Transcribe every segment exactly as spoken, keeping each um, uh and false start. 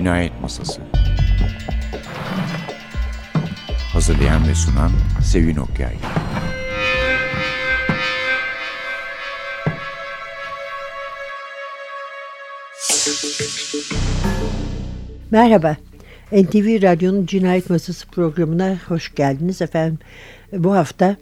Cinayet Masası. Hazırlayan ve sunan Sevin Okyay. Merhaba, N T V Radyo'nun Cinayet Masası programına hoş geldiniz efendim. Bu hafta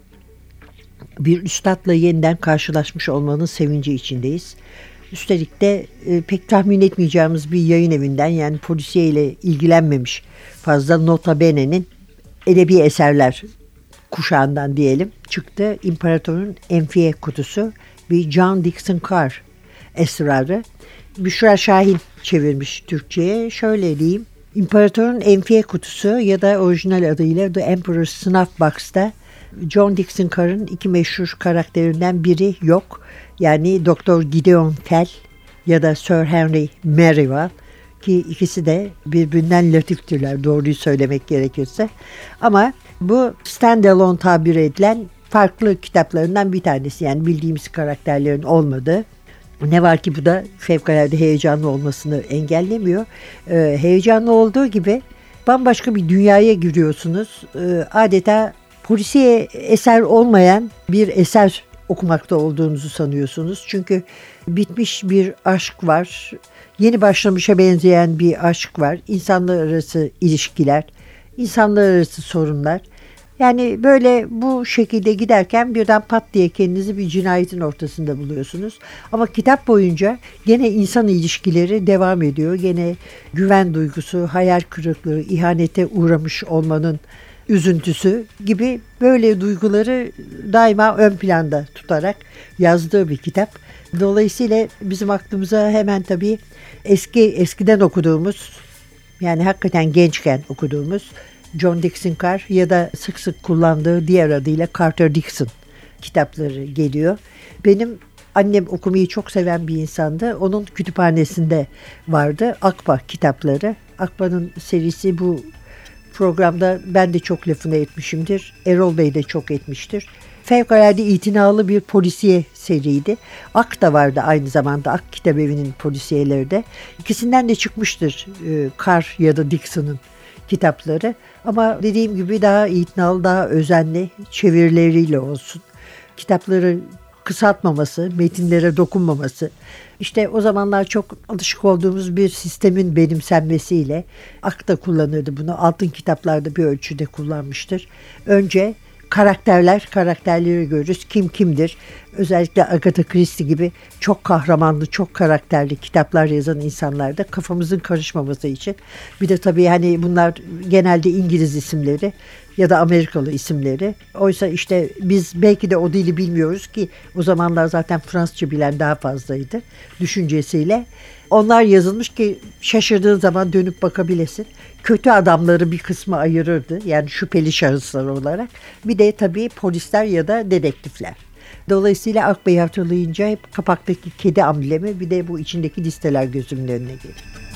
bir üstadla yeniden karşılaşmış olmanın sevinci içindeyiz. Üstelik de e, pek tahmin etmeyeceğimiz bir yayın evinden, yani polisiye ile ilgilenmemiş fazla Nota Bene'nin edebi eserler kuşağından diyelim çıktı. İmparatorun Enfiye Kutusu, bir John Dickson Carr esrarı. Büşra Şahin çevirmiş Türkçe'ye. Şöyle diyeyim, İmparatorun Enfiye Kutusu ya da orijinal adıyla The Emperor's Snuff Box'ta John Dickson Carr'ın iki meşhur karakterinden biri yok. Yani Doktor Gideon Tell ya da Sir Henry Merivale, ki ikisi de birbirinden latiftirler doğruyu söylemek gerekirse. Ama bu standalone tabir edilen farklı kitaplarından bir tanesi, yani bildiğimiz karakterlerin olmadığı. Ne var ki bu da fevkalade heyecanlı olmasını engellemiyor. Ee, heyecanlı olduğu gibi bambaşka bir dünyaya giriyorsunuz. Ee, adeta polisiye eser olmayan bir eser okumakta olduğunuzu sanıyorsunuz. Çünkü bitmiş bir aşk var. Yeni başlamışa benzeyen bir aşk var. İnsanlar arası ilişkiler, insanlar arası sorunlar. Yani böyle bu şekilde giderken birden pat diye kendinizi bir cinayetin ortasında buluyorsunuz. Ama kitap boyunca gene insan ilişkileri devam ediyor. Gene güven duygusu, hayal kırıklığı, ihanete uğramış olmanın üzüntüsü gibi böyle duyguları daima ön planda tutarak yazdığı bir kitap. Dolayısıyla bizim aklımıza hemen tabii eski eskiden okuduğumuz, yani hakikaten gençken okuduğumuz John Dickson Carr ya da sık sık kullandığı diğer adıyla Carter Dickson kitapları geliyor. Benim annem okumayı çok seven bir insandı. Onun kütüphanesinde vardı Akba kitapları. Akba'nın serisi, bu programda ben de çok lafını etmişimdir. Erol Bey de çok etmiştir. Fevkalade itinalı bir polisiye seriydi. Ak da vardı aynı zamanda, Ak Kitabevi'nin polisiyeleri de. İkisinden de çıkmıştır e, Carr ya da Dickson'ın kitapları. Ama dediğim gibi daha itinalı, daha özenli çevirileriyle olsun. Kitapları kısaltmaması, metinlere dokunmaması. İşte o zamanlar çok alışık olduğumuz bir sistemin benimsenmesiyle Ak da kullanırdı bunu. Altın kitaplarda bir ölçüde kullanmıştır. Önce karakterler, karakterleri görürüz. Kim kimdir? Özellikle Agatha Christie gibi çok kahramanlı, çok karakterli kitaplar yazan insanlarda kafamızın karışmaması için. Bir de tabii hani bunlar genelde İngiliz isimleri ya da Amerikalı isimleri. Oysa işte biz belki de o dili bilmiyoruz ki o zamanlar zaten Fransızca bilen daha fazlaydı düşüncesiyle. Onlar yazılmış ki şaşırdığın zaman dönüp bakabilesin. Kötü adamları bir kısmı ayırırdı, yani şüpheli şahıslar olarak. Bir de tabii polisler ya da dedektifler. Dolayısıyla Akbey'i hatırlayınca hep kapaktaki kedi amblemi, bir de bu içindeki listeler gözümün önüne gelir.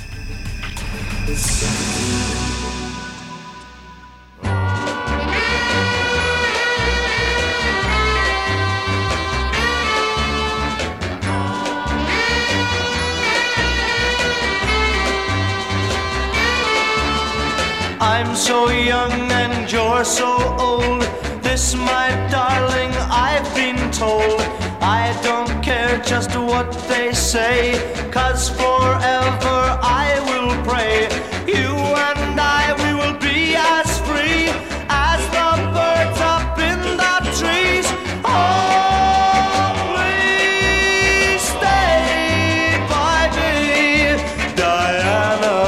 I'm so young and you're so old. This, my darling, I've been told. I don't care just what they say, 'cause forever I will pray. You and I, we will be as free as the birds up in the trees. Oh, please stay by me, Diana.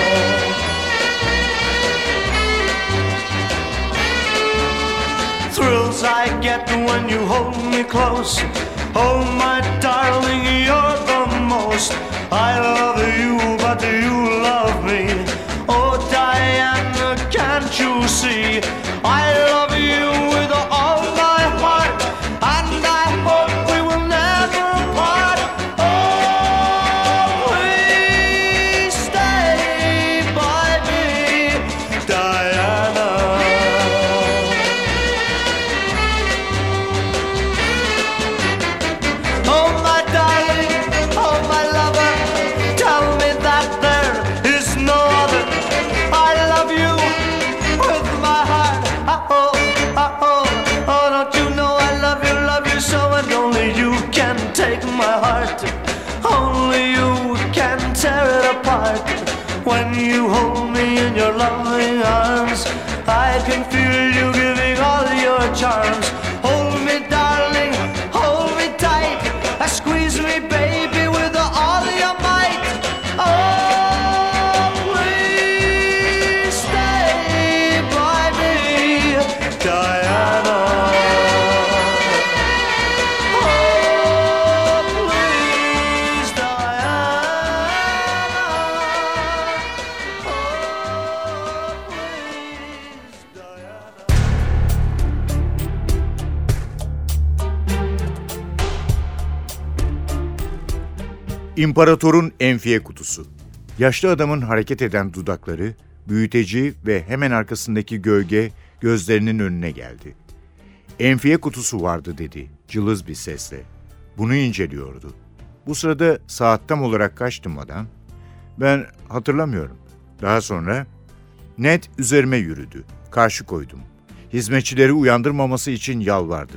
Thrills I get when you hold me close. Oh, my darling, you're the most. I love you, but you love me. Oh, Diana, can't you see? I love you with all my heart, and I hope we will never part. Oh, please stay by me, Diana. Oh, my darling, oh, my lover, tell charms. Hold me, darling, hold me tight. Squeeze me, baby, with all your might. Oh, please stay by me, Diana. Oh, please, Diana. Oh, please, Diana. İmparatorun enfiye kutusu. Yaşlı adamın hareket eden dudakları, büyüteci ve hemen arkasındaki gölge gözlerinin önüne geldi. Enfiye kutusu vardı dedi, cılız bir sesle. Bunu inceliyordu. Bu sırada saat tam olarak kaçtı madam? Ben hatırlamıyorum. Daha sonra Ned üzerime yürüdü. Karşı koydum. Hizmetçileri uyandırmaması için yalvardım.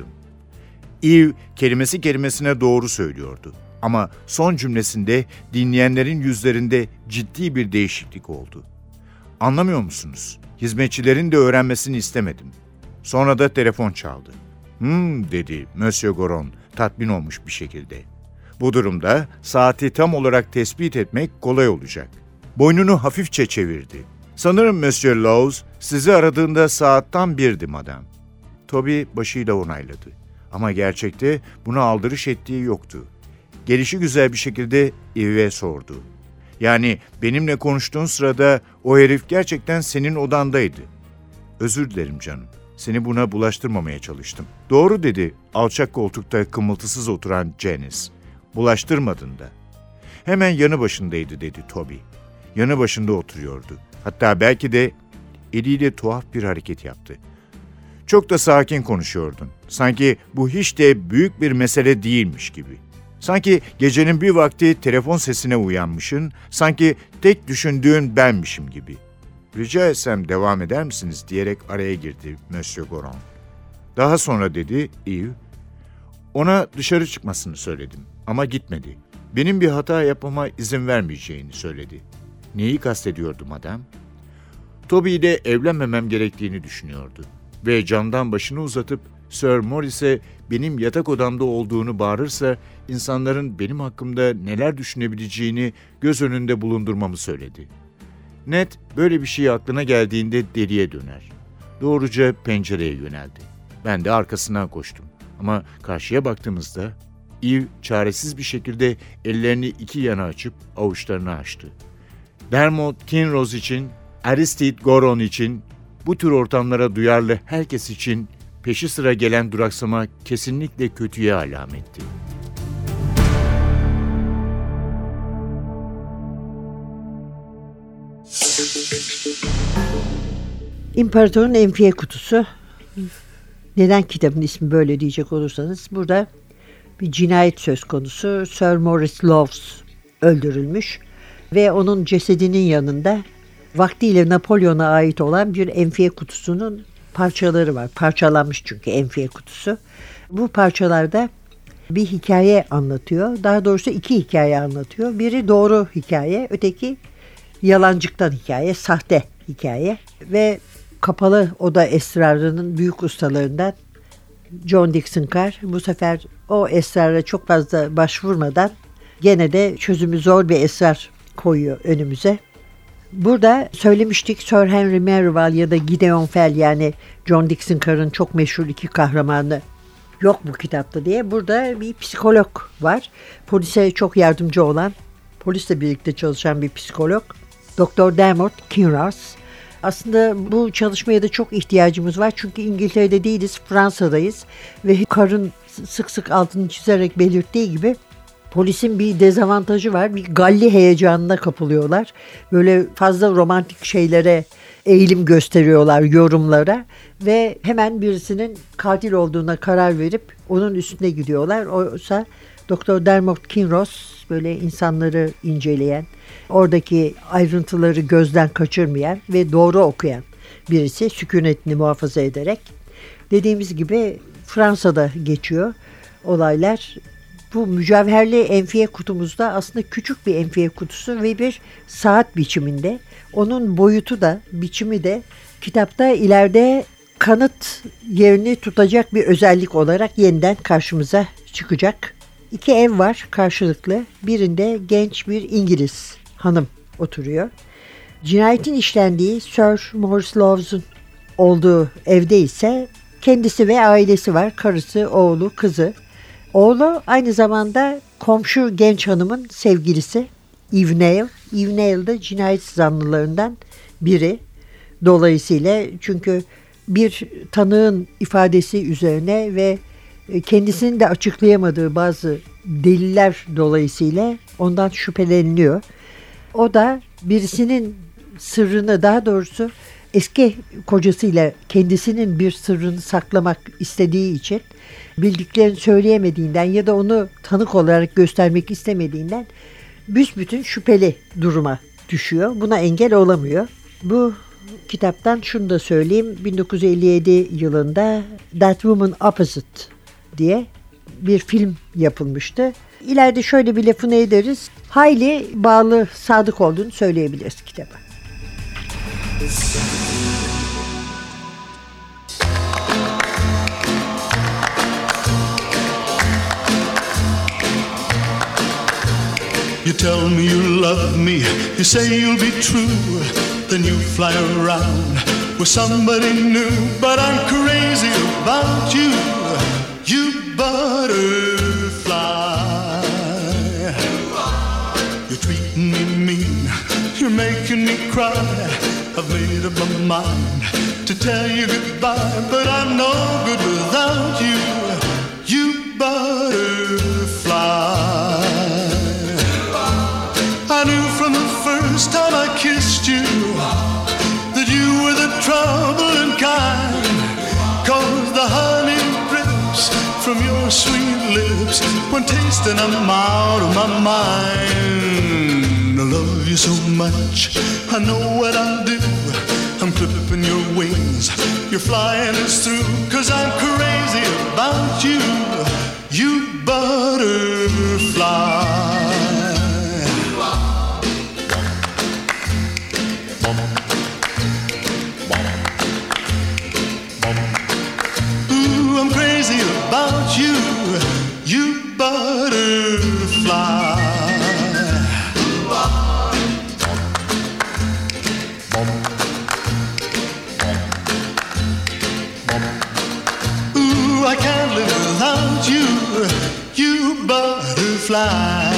Eve kelimesi kelimesine doğru söylüyordu. Ama son cümlesinde dinleyenlerin yüzlerinde ciddi bir değişiklik oldu. Anlamıyor musunuz? Hizmetçilerin de öğrenmesini istemedim. Sonra da telefon çaldı. Hmm dedi Monsieur Goron tatmin olmuş bir şekilde. Bu durumda saati tam olarak tespit etmek kolay olacak. Boynunu hafifçe çevirdi. Sanırım Monsieur Laws sizi aradığında saat tam birdi madam. Toby başıyla onayladı. Ama gerçekte buna aldırış ettiği yoktu. Gelişi güzel bir şekilde Eve'e sordu. Yani benimle konuştuğun sırada o herif gerçekten senin odandaydı. Özür dilerim canım. Seni buna bulaştırmamaya çalıştım. Doğru dedi alçak koltukta kımıltısız oturan Janice. Bulaştırmadın da. Hemen yanı başındaydı dedi Toby. Yanı başında oturuyordu. Hatta belki de eliyle tuhaf bir hareket yaptı. Çok da sakin konuşuyordun. Sanki bu hiç de büyük bir mesele değilmiş gibi. Sanki gecenin bir vakti telefon sesine uyanmışsın, sanki tek düşündüğün benmişim gibi. Rica etsem devam eder misiniz diyerek araya girdi Monsieur Goron. Daha sonra dedi Eve, ona dışarı çıkmasını söyledim ama gitmedi. Benim bir hata yapmama izin vermeyeceğini söyledi. Neyi kastediyordu madam? Toby ile evlenmemem gerektiğini düşünüyordu ve camdan başını uzatıp Sir Maurice'e benim yatak odamda olduğunu bağırırsa insanların benim hakkımda neler düşünebileceğini göz önünde bulundurmamı söyledi. Ned böyle bir şey aklına geldiğinde deliye döner. Doğruca pencereye yöneldi. Ben de arkasından koştum. Ama karşıya baktığımızda Eve çaresiz bir şekilde ellerini iki yana açıp avuçlarını açtı. Dermot Kinross için, Aristide Goron için, bu tür ortamlara duyarlı herkes için peşi sıra gelen duraksama kesinlikle kötüye alametti. İmparatorun Enfiye Kutusu. Neden kitabın ismi böyle diyecek olursanız, burada bir cinayet söz konusu. Sir Maurice Laws öldürülmüş ve onun cesedinin yanında vaktiyle Napolyon'a ait olan bir enfiye kutusunun parçaları var. Parçalanmış çünkü enfiye kutusu. Bu parçalarda bir hikaye anlatıyor. Daha doğrusu iki hikaye anlatıyor. Biri doğru hikaye, öteki yalancıktan hikaye, sahte hikaye. Ve kapalı oda esrarının büyük ustalarından John Dickson Carr bu sefer o esrara çok fazla başvurmadan gene de çözümü zor bir esrar koyuyor önümüze. Burada söylemiştik, Sir Henry Merrival ya da Gideon Fell, yani John Dickson Carr'ın çok meşhur iki kahramanı yok bu kitapta diye. Burada bir psikolog var. Polise çok yardımcı olan, polisle birlikte çalışan bir psikolog. doktor Dermot Kinross. Aslında bu çalışmaya da çok ihtiyacımız var. Çünkü İngiltere'de değiliz, Fransa'dayız. Ve Carr'ın sık sık altını çizerek belirttiği gibi polisin bir dezavantajı var. Bir galli heyecanına kapılıyorlar. Böyle fazla romantik şeylere eğilim gösteriyorlar, yorumlara. Ve hemen birisinin katil olduğuna karar verip onun üstüne gidiyorlar. Oysa doktor Dermot Kinross böyle insanları inceleyen, oradaki ayrıntıları gözden kaçırmayan ve doğru okuyan birisi, sükunetini muhafaza ederek. Dediğimiz gibi Fransa'da geçiyor olaylar. Bu mücevherli enfiye kutumuzda aslında küçük bir enfiye kutusu ve bir saat biçiminde. Onun boyutu da, biçimi de kitapta ileride kanıt yerini tutacak bir özellik olarak yeniden karşımıza çıkacak. İki ev var karşılıklı. Birinde genç bir İngiliz hanım oturuyor. Cinayetin işlendiği Sir Maurice Lawes'un olduğu evde ise kendisi ve ailesi var. Karısı, oğlu, kızı. Oğlu aynı zamanda komşu genç hanımın sevgilisi Eve Neill. Eve Neill de cinayet zanlılarından biri. Dolayısıyla çünkü bir tanığın ifadesi üzerine ve kendisinin de açıklayamadığı bazı deliller dolayısıyla ondan şüpheleniliyor. O da birisinin sırrını, daha doğrusu eski kocasıyla kendisinin bir sırrını saklamak istediği için bildiklerini söyleyemediğinden ya da onu tanık olarak göstermek istemediğinden büsbütün şüpheli duruma düşüyor. Buna engel olamıyor. Bu kitaptan şunu da söyleyeyim. bin dokuz yüz elli yedi yılında That Woman Opposite diye bir film yapılmıştı. İleride şöyle bir lafını ederiz. Hayli bağlı, sadık olduğunu söyleyebiliriz kitaba. You tell me you love me, you say you'll be true, then you fly around with somebody new. But I'm crazy about you, you butterfly. You're treating me mean, you're making me cry. I've made up my mind to tell you goodbye, but I'm no good without you, you butterfly. I knew from the first time I kissed you that you were the troubling kind, 'cause the honey drips from your sweet lips when tasting I'm out of my mind. I love you so much, I know what I'll do. I'm clipping your wings, you're flying us through, 'cause I'm crazy about you, you butterfly. I'm crazy about you, you butterfly. Ooh, I can't live without you, you butterfly.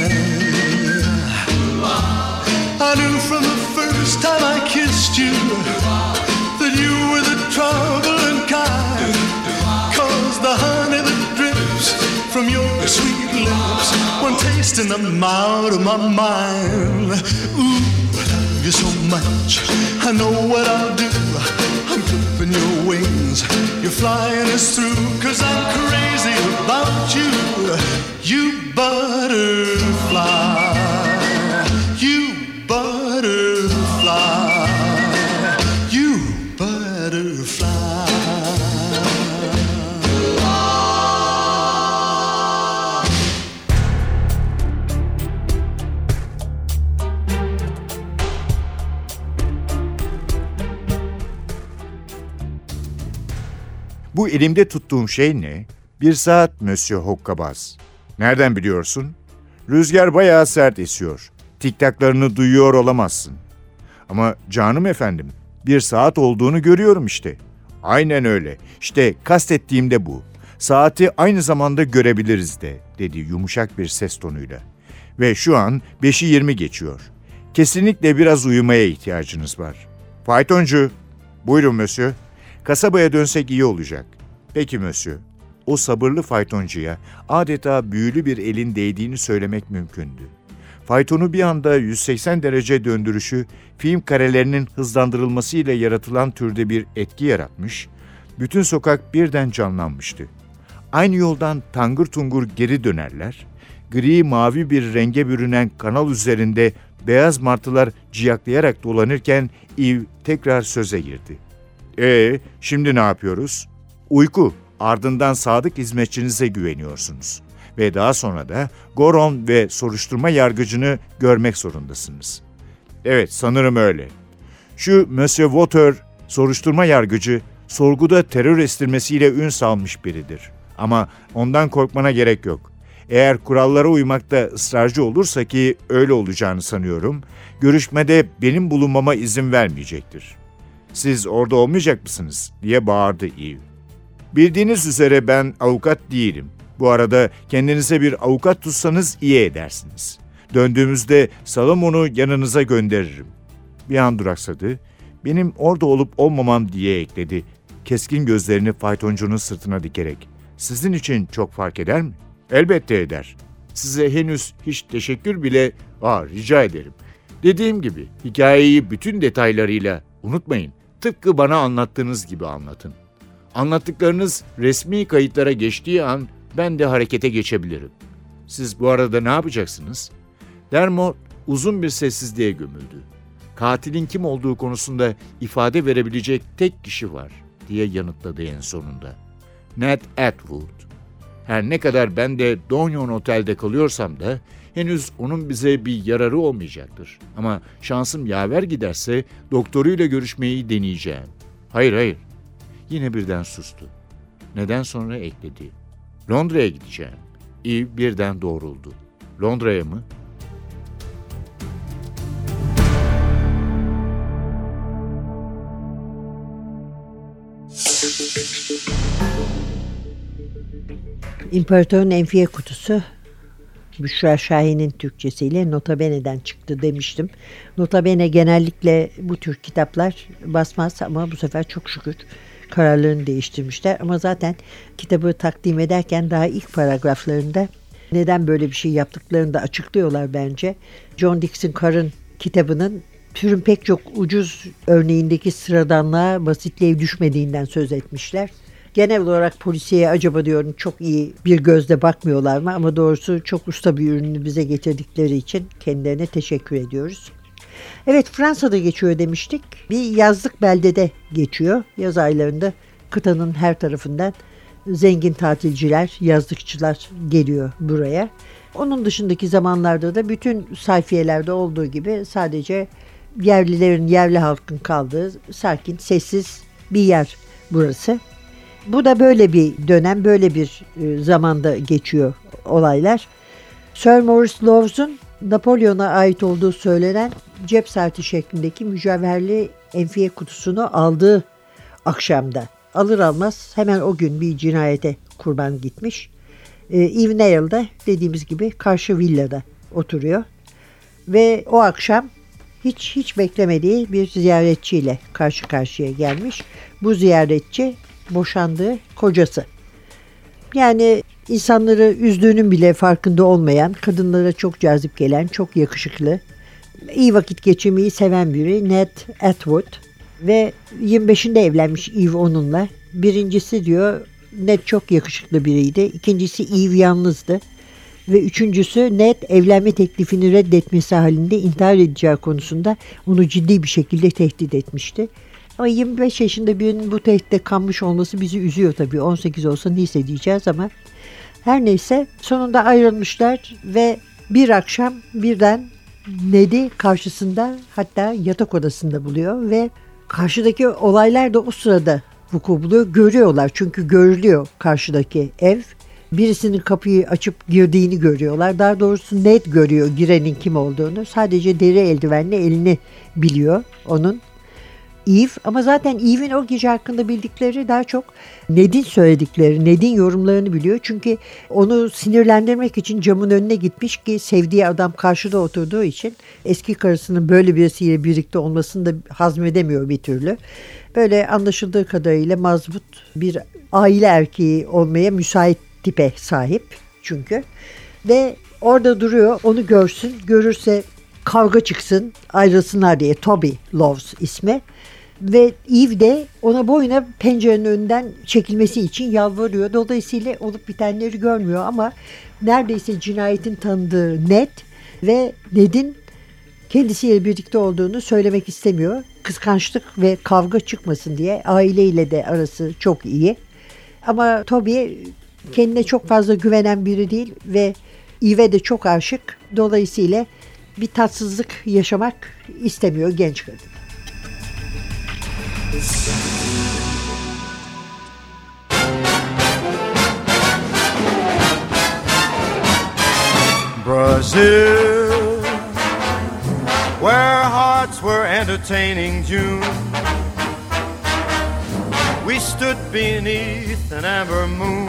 I knew from the first time I kissed you that you were the troubling kind, 'cause the honey that drips from your sweet lips when tasting I'm out of my mind. Ooh, I love you so much, I know what I'll do. I'm clipping your wings, you're flying us through, 'cause I'm crazy about you, you butterfly, you butterfly, you butterfly. Bu elimde tuttuğum şey ne? Bir saat Monsieur Hokkabaz. Nereden biliyorsun? Rüzgar bayağı sert esiyor. Tiktaklarını duyuyor olamazsın. Ama canım efendim, bir saat olduğunu görüyorum işte. Aynen öyle. İşte kastettiğim de bu. Saati aynı zamanda görebiliriz de, dedi yumuşak bir ses tonuyla. Ve şu an beşi yirmi geçiyor. Kesinlikle biraz uyumaya ihtiyacınız var. Faytoncu, buyurun Monsieur. Kasabaya dönsek iyi olacak. Peki Monsieur. O sabırlı faytoncuya adeta büyülü bir elin değdiğini söylemek mümkündü. Faytonu bir anda yüz seksen derece döndürüşü, film karelerinin hızlandırılmasıyla yaratılan türde bir etki yaratmış, bütün sokak birden canlanmıştı. Aynı yoldan tangır tungur geri dönerler, gri mavi bir renge bürünen kanal üzerinde beyaz martılar ciyaklayarak dolanırken Eve tekrar söze girdi. Ee, şimdi ne yapıyoruz? Uyku, ardından sadık hizmetçinize güveniyorsunuz. Ve daha sonra da Goron ve soruşturma yargıcını görmek zorundasınız. Evet, sanırım öyle. Şu Monsieur Water, soruşturma yargıcı, sorguda terör estirmesiyle ün salmış biridir. Ama ondan korkmana gerek yok. Eğer kurallara uymakta ısrarcı olursa, ki öyle olacağını sanıyorum, görüşmede benim bulunmama izin vermeyecektir. Siz orada olmayacak mısınız? Diye bağırdı Eve. Bildiğiniz üzere ben avukat değilim. Bu arada kendinize bir avukat tutsanız iyi edersiniz. Döndüğümüzde Salomon'u yanınıza gönderirim. Bir an duraksadı. Benim orada olup olmamam diye ekledi. Keskin gözlerini faytoncunun sırtına dikerek. Sizin için çok fark eder mi? Elbette eder. Size henüz hiç teşekkür bile... Aa, rica ederim. Dediğim gibi hikayeyi bütün detaylarıyla unutmayın. Tıpkı bana anlattığınız gibi anlatın. Anlattıklarınız resmi kayıtlara geçtiği an ben de harekete geçebilirim. Siz bu arada ne yapacaksınız? Dermot uzun bir sessizliğe gömüldü. Katilin kim olduğu konusunda ifade verebilecek tek kişi var diye yanıtladı en sonunda. Ned Atwood. Her ne kadar ben de Donyon Otel'de kalıyorsam da henüz onun bize bir yararı olmayacaktır. Ama şansım yaver giderse doktoruyla görüşmeyi deneyeceğim. Hayır hayır. Yine birden sustu. Neden sonra ekledi. Londra'ya gideceğim. Eve birden doğruldu. Londra'ya mı? İmparatorun Enfiye Kutusu, Büşra Şahin'in Türkçesiyle Nota Bene'den çıktı demiştim. Nota Bene genellikle bu tür kitaplar basmaz ama bu sefer çok şükür kararlarını değiştirmişler. Ama zaten kitabı takdim ederken daha ilk paragraflarında neden böyle bir şey yaptıklarını da açıklıyorlar bence. John Dixon Carr'ın kitabının türün pek çok ucuz örneğindeki sıradanlığa, basitliğe düşmediğinden söz etmişler. Genel olarak polisiye acaba diyorum çok iyi bir gözle bakmıyorlar mı? Ama doğrusu çok usta bir ürünü bize getirdikleri için kendilerine teşekkür ediyoruz. Evet, Fransa'da geçiyor demiştik. Bir yazlık beldede geçiyor. Yaz aylarında kıtanın her tarafından zengin tatilciler, yazlıkçılar geliyor buraya. Onun dışındaki zamanlarda da bütün sayfiyelerde olduğu gibi sadece yerlilerin, yerli halkın kaldığı sakin, sessiz bir yer burası. Bu da böyle bir dönem, böyle bir zamanda geçiyor olaylar. Sir Maurice Lowes'un Napolyon'a ait olduğu söylenen cep saati şeklindeki mücevherli enfiye kutusunu aldığı akşamda alır almaz hemen o gün bir cinayete kurban gitmiş. Eve Nail'da dediğimiz gibi karşı villada oturuyor ve o akşam hiç hiç beklemediği bir ziyaretçiyle karşı karşıya gelmiş. Bu ziyaretçi boşandığı kocası. Yani insanları üzdüğünün bile farkında olmayan, kadınlara çok cazip gelen, çok yakışıklı, iyi vakit geçirmeyi seven biri Ned Atwood ve yirmi beşinde evlenmiş Eve onunla. Birincisi diyor Ned çok yakışıklı biriydi. İkincisi Eve yalnızdı. Ve üçüncüsü Ned evlenme teklifini reddetmesi halinde intihar edeceği konusunda onu ciddi bir şekilde tehdit etmişti. Ama yirmi beş yaşında birinin bu tehditte kanmış olması bizi üzüyor tabii. on sekiz olsa ne hissedeceğiz ama her neyse sonunda ayrılmışlar ve bir akşam birden Ned'i karşısında, hatta yatak odasında buluyor ve karşıdaki olaylar da o sırada vuku buluyor. Görüyorlar çünkü görülüyor karşıdaki ev. Birisinin kapıyı açıp girdiğini görüyorlar. Daha doğrusu Ned görüyor girenin kim olduğunu. Sadece deri eldivenle elini biliyor onun. Eve, ama zaten Eve'in o gece hakkında bildikleri daha çok Ned'in söyledikleri, Ned'in yorumlarını biliyor. Çünkü onu sinirlendirmek için camın önüne gitmiş ki sevdiği adam karşıda oturduğu için eski karısının böyle birisiyle birlikte olmasını da hazmedemiyor bir türlü. Böyle anlaşıldığı kadarıyla mazbut bir aile erkeği olmaya müsait tipe sahip çünkü. Ve orada duruyor, onu görsün, görürse kavga çıksın, ayrılsınlar diye. Toby Lowes ismi. Ve Eve de ona boyuna pencerenin önünden çekilmesi için yalvarıyor. Dolayısıyla olup bitenleri görmüyor ama neredeyse cinayetin tanıdığı Ned ve Ned'in kendisiyle birlikte olduğunu söylemek istemiyor. Kıskançlık ve kavga çıkmasın diye. Aileyle de arası çok iyi. Ama Toby kendine çok fazla güvenen biri değil ve Eve'e de çok aşık. Dolayısıyla bir tatsızlık yaşamak istemiyor genç kadın. Brazil, where hearts were entertaining June. We stood beneath an amber moon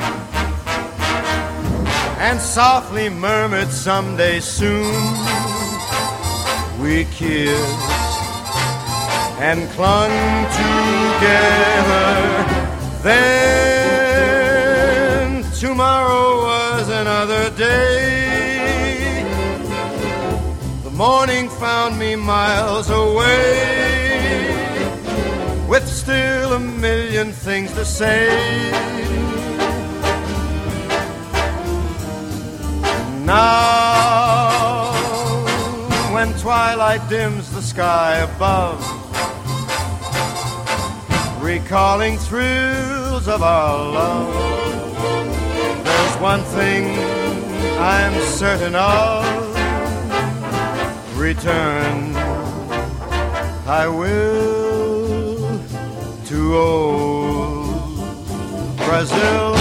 and softly murmured someday soon. We kissed and clung together. Then tomorrow was another day. The morning found me miles away, with still a million things to say. Now, when twilight dims the sky above, recalling thrills of our love, there's one thing I'm certain of: return I will to old Brazil.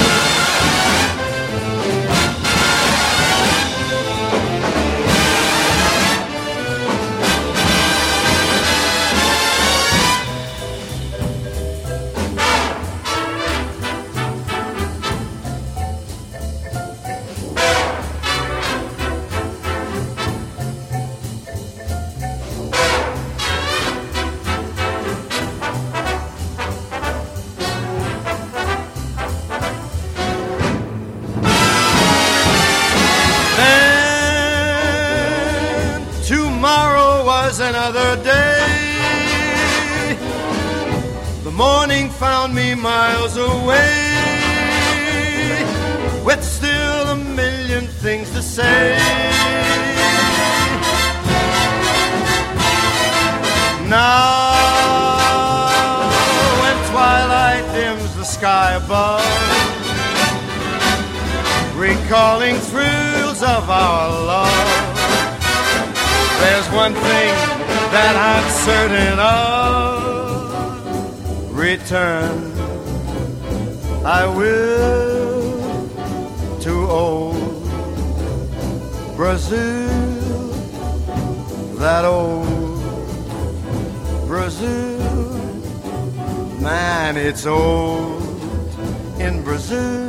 Another day, the morning found me miles away, with still a million things to say. Now, when twilight dims the sky above, recalling thrills of our love, there's one thing that I'm certain of: return I will to old Brazil, that old Brazil. Man, it's old in Brazil.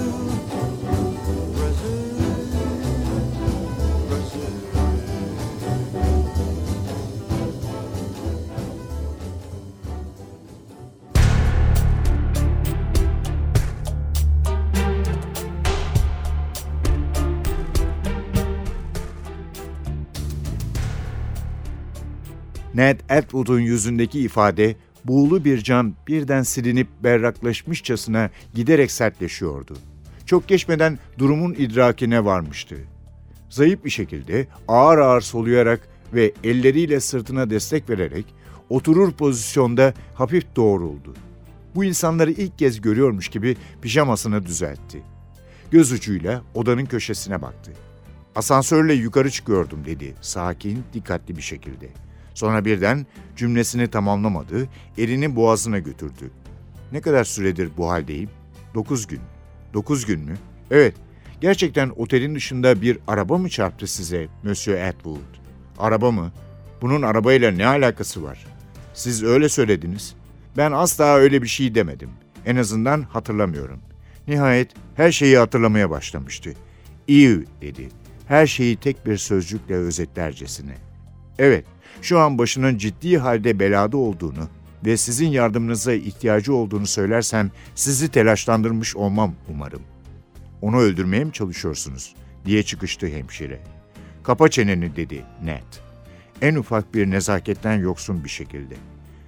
Ned Atwood'un yüzündeki ifade, buğulu bir cam birden silinip berraklaşmışçasına giderek sertleşiyordu. Çok geçmeden durumun idrakine varmıştı. Zayıf bir şekilde ağır ağır soluyarak ve elleriyle sırtına destek vererek oturur pozisyonda hafif doğruldu. Bu insanları ilk kez görüyormuş gibi pijamasını düzeltti. Göz ucuyla odanın köşesine baktı. "Asansörle yukarı çıkıyordum," dedi sakin, dikkatli bir şekilde. Sonra birden cümlesini tamamlamadı, elini boğazına götürdü. "Ne kadar süredir bu haldeyim?" Dokuz gün. Dokuz gün mü? Evet. Gerçekten otelin dışında bir araba mı çarptı size, Monsieur Atwood? Araba mı? Bunun arabayla ne alakası var? Siz öyle söylediniz. Ben asla öyle bir şey demedim. En azından hatırlamıyorum. Nihayet her şeyi hatırlamaya başlamıştı. "İyi," dedi. Her şeyi tek bir sözcükle özetlercesine. "Evet, şu an başının ciddi halde belada olduğunu ve sizin yardımınıza ihtiyacı olduğunu söylersem sizi telaşlandırmış olmam umarım." "Onu öldürmeye mi çalışıyorsunuz?" diye çıkıştı hemşire. "Kapa çeneni," dedi Ned. En ufak bir nezaketten yoksun bir şekilde.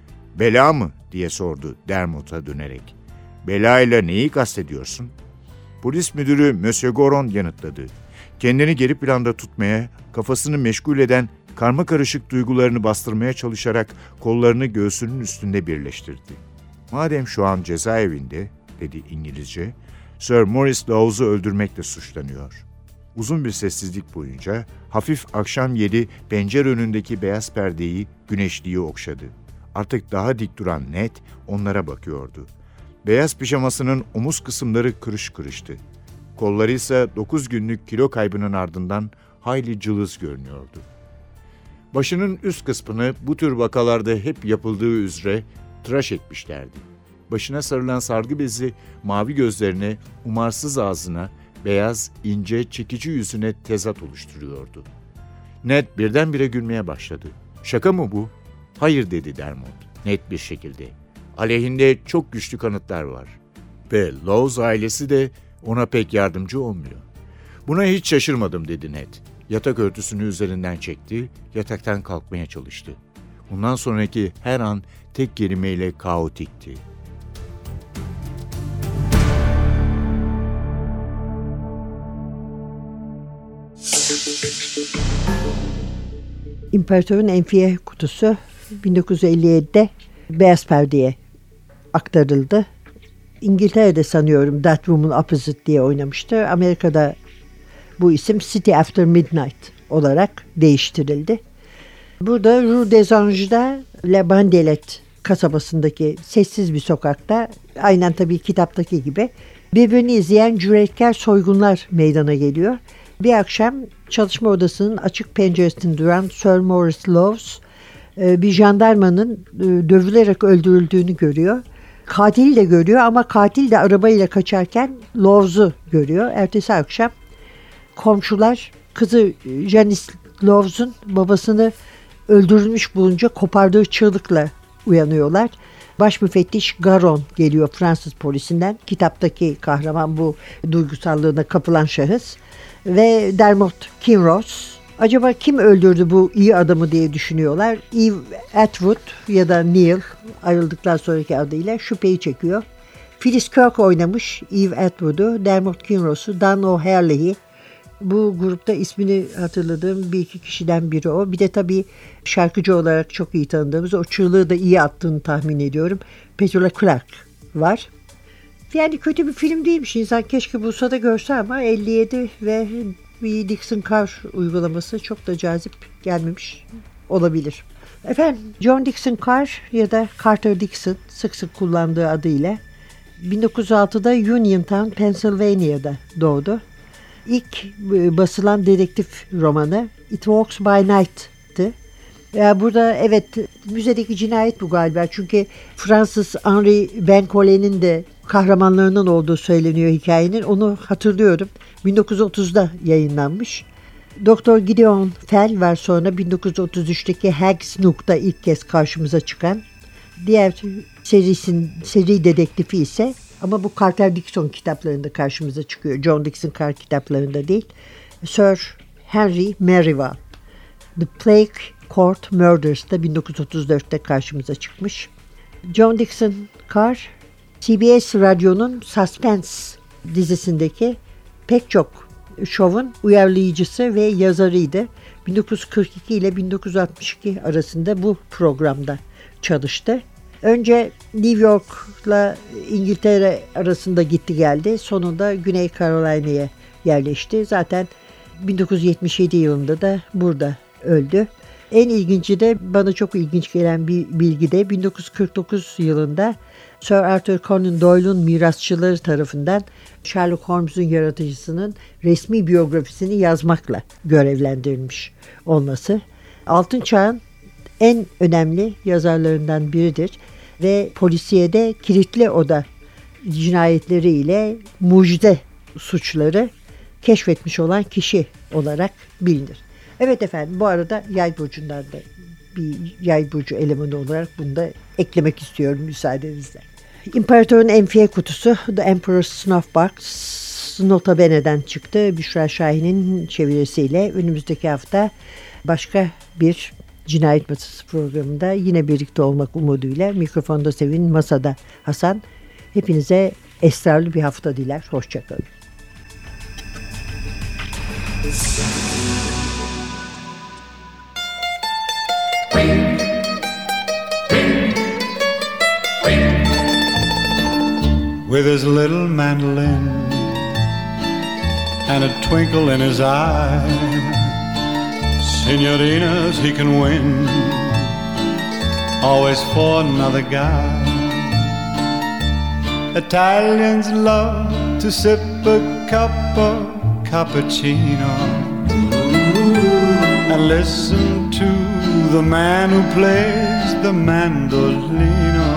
"Bela mı?" diye sordu Dermot'a dönerek. "Belayla neyi kastediyorsun?" Polis müdürü Monsieur Goron yanıtladı. Kendini geri planda tutmaya, kafasını meşgul eden, karmakarışık duygularını bastırmaya çalışarak kollarını göğsünün üstünde birleştirdi. "Madem şu an cezaevinde," dedi İngilizce, "Sir Maurice Lawes'u öldürmekle suçlanıyor." Uzun bir sessizlik boyunca hafif akşam yedi pencere önündeki beyaz perdeyi, güneşliği okşadı. Artık daha dik duran Ned onlara bakıyordu. Beyaz pijamasının omuz kısımları kırış kırıştı. Kolları ise dokuz günlük kilo kaybının ardından hayli cılız görünüyordu. Başının üst kısmını bu tür vakalarda hep yapıldığı üzere tıraş etmişlerdi. Başına sarılan sargı bezi mavi gözlerine, umarsız ağzına, beyaz, ince, çekici yüzüne tezat oluşturuyordu. Ned birdenbire gülmeye başladı. "Şaka mı bu?" "Hayır," dedi Dermot net bir şekilde. "Aleyhinde çok güçlü kanıtlar var. Ve Lawes ailesi de ona pek yardımcı olmuyor." "Buna hiç şaşırmadım," dedi Ned. Yatak örtüsünü üzerinden çekti, yataktan kalkmaya çalıştı. Bundan sonraki her an tek kelimeyle kaotikti. İmparatorun Enfiye Kutusu bin dokuz yüz elli yedide Beyaz Perde'ye aktarıldı. İngiltere'de sanıyorum That Woman Opposite diye oynamıştı. Amerika'da bu isim City After Midnight olarak değiştirildi. Burada Rue des Anges'da La Bandelette kasabasındaki sessiz bir sokakta, aynen tabii kitaptaki gibi, birbirini izleyen cüretkar soygunlar meydana geliyor. Bir akşam çalışma odasının açık penceresinde duran Sir Maurice Lawes bir jandarmanın dövülerek öldürüldüğünü görüyor. Katili de görüyor ama katil de arabayla kaçarken Lawes'u görüyor. Ertesi akşam komşular kızı Janice Lawes'un babasını öldürülmüş bulunca kopardığı çığlıkla uyanıyorlar. Baş müfettiş Garon geliyor Fransız polisinden. Kitaptaki kahraman bu duygusallığına kapılan şahıs. Ve Dermot Kinross. Acaba kim öldürdü bu iyi adamı diye düşünüyorlar. Eve Atwood ya da Neil ayrıldıktan sonraki adıyla şüpheyi çekiyor. Phyllis Kirk oynamış Eve Atwood'u, Dermot Kinross'u, Dan O'Herlihy. Bu grupta ismini hatırladığım bir iki kişiden biri o. Bir de tabii şarkıcı olarak çok iyi tanıdığımız, o çığlığı da iyi attığını tahmin ediyorum, Petula Clark var. Yani kötü bir film değilmiş. İnsan keşke bulsa da görse ama elli yedi ve bir Dixon Carr uygulaması çok da cazip gelmemiş olabilir. Efendim, John Dixon Carr ya da Carter Dixon sık sık kullandığı adıyla bin dokuz yüz altıda Uniontown, Pennsylvania'da doğdu. İlk basılan dedektif romanı It Walks by Night'tı. Yani burada evet, müzedeki cinayet bu galiba. Çünkü Fransız Henri Bencolet'in de kahramanlarının olduğu söyleniyor hikayenin. Onu hatırlıyorum. bin dokuz yüz otuzda yayınlanmış. Doktor Gideon Fell var sonra bin dokuz yüz otuz üçteki Hag Snook'ta ilk kez karşımıza çıkan. Diğer serisin, seri dedektifi ise, ama bu Carter Dixon kitaplarında karşımıza çıkıyor. John Dixon Carr kitaplarında değil. Sir Henry Merivale. The Plague Court Murders'da bin dokuz yüz otuz dörtte karşımıza çıkmış. John Dixon Carr, C B S Radyo'nun Suspense dizisindeki pek çok şovun uyarlayıcısı ve yazarıydı. bin dokuz yüz kırk iki ile bin dokuz yüz altmış iki arasında bu programda çalıştı. Önce New York'la İngiltere arasında gitti geldi. Sonunda Güney Carolina'ya yerleşti. Zaten bin dokuz yüz yetmiş yedi yılında da burada öldü. En ilginci de, bana çok ilginç gelen bir bilgi de bin dokuz yüz kırk dokuz yılında Sir Arthur Conan Doyle'un mirasçıları tarafından Sherlock Holmes'un yaratıcısının resmi biyografisini yazmakla görevlendirilmiş olması. Altın Çağ'ın en önemli yazarlarından biridir ve polisiyede kilitli oda cinayetleriyle mucize suçları keşfetmiş olan kişi olarak bilinir. Evet efendim, bu arada Yay burcundan da bir Yay burcu elemanı olarak bunu da eklemek istiyorum müsaadenizle. İmparatorun Enfiye Kutusu The Emperor's Snuff Box Nota Bene'den çıktı. Büşra Şahin'in çevirisiyle önümüzdeki hafta başka bir Cinayet Masası programında yine birlikte olmak umuduyla, mikrofonda Sevin, masada Hasan. Hepinize esrarlı bir hafta diler. Hoşçakalın. With his little mandolin and a twinkle in his eye, Senorinas he can win, always for another guy. Italians love to sip a cup of cappuccino and listen to the man who plays the mandolino.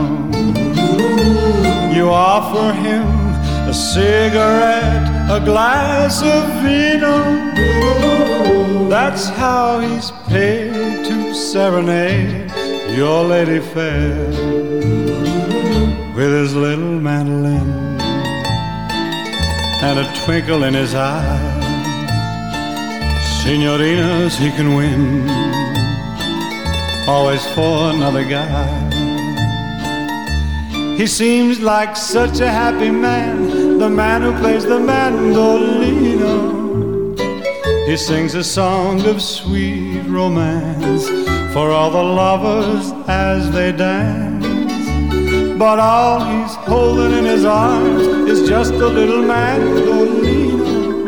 You offer him a cigarette, a glass of vino. That's how he's paid to serenade your lady fair with his little mandolin and a twinkle in his eye. Signorinas he can win, always for another guy. He seems like such a happy man, the man who plays the mandolino. He sings a song of sweet romance for all the lovers as they dance. But all he's holding in his arms is just a little mandolino.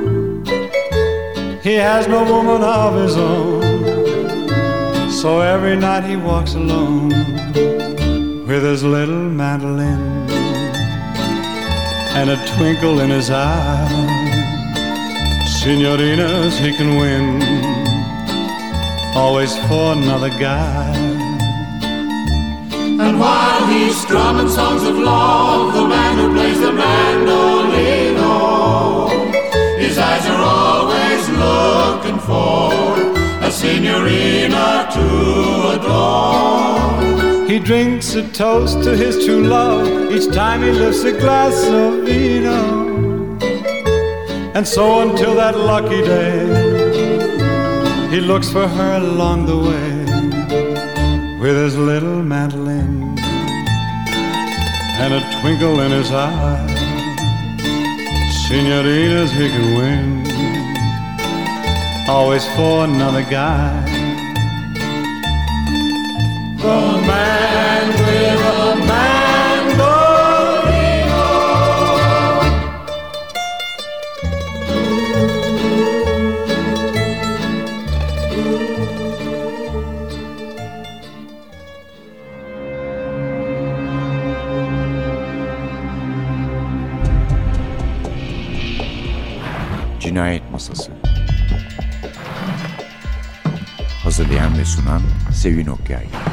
He has no woman of his own, so every night he walks alone with his little mandolin and a twinkle in his eye. Signorinas he can win, always for another guy. And while he's strumming songs of love, the man who plays the mandolino, his eyes are always looking for a signorina to adore. He drinks a toast to his true love each time he lifts a glass of vino. And so until that lucky day, he looks for her along the way with his little mandolin and a twinkle in his eye. Signorinas he can win, always for another guy. The man with a mandolino. Cinayet Masası. Hazırlayan ve sunan Sevin Okyay.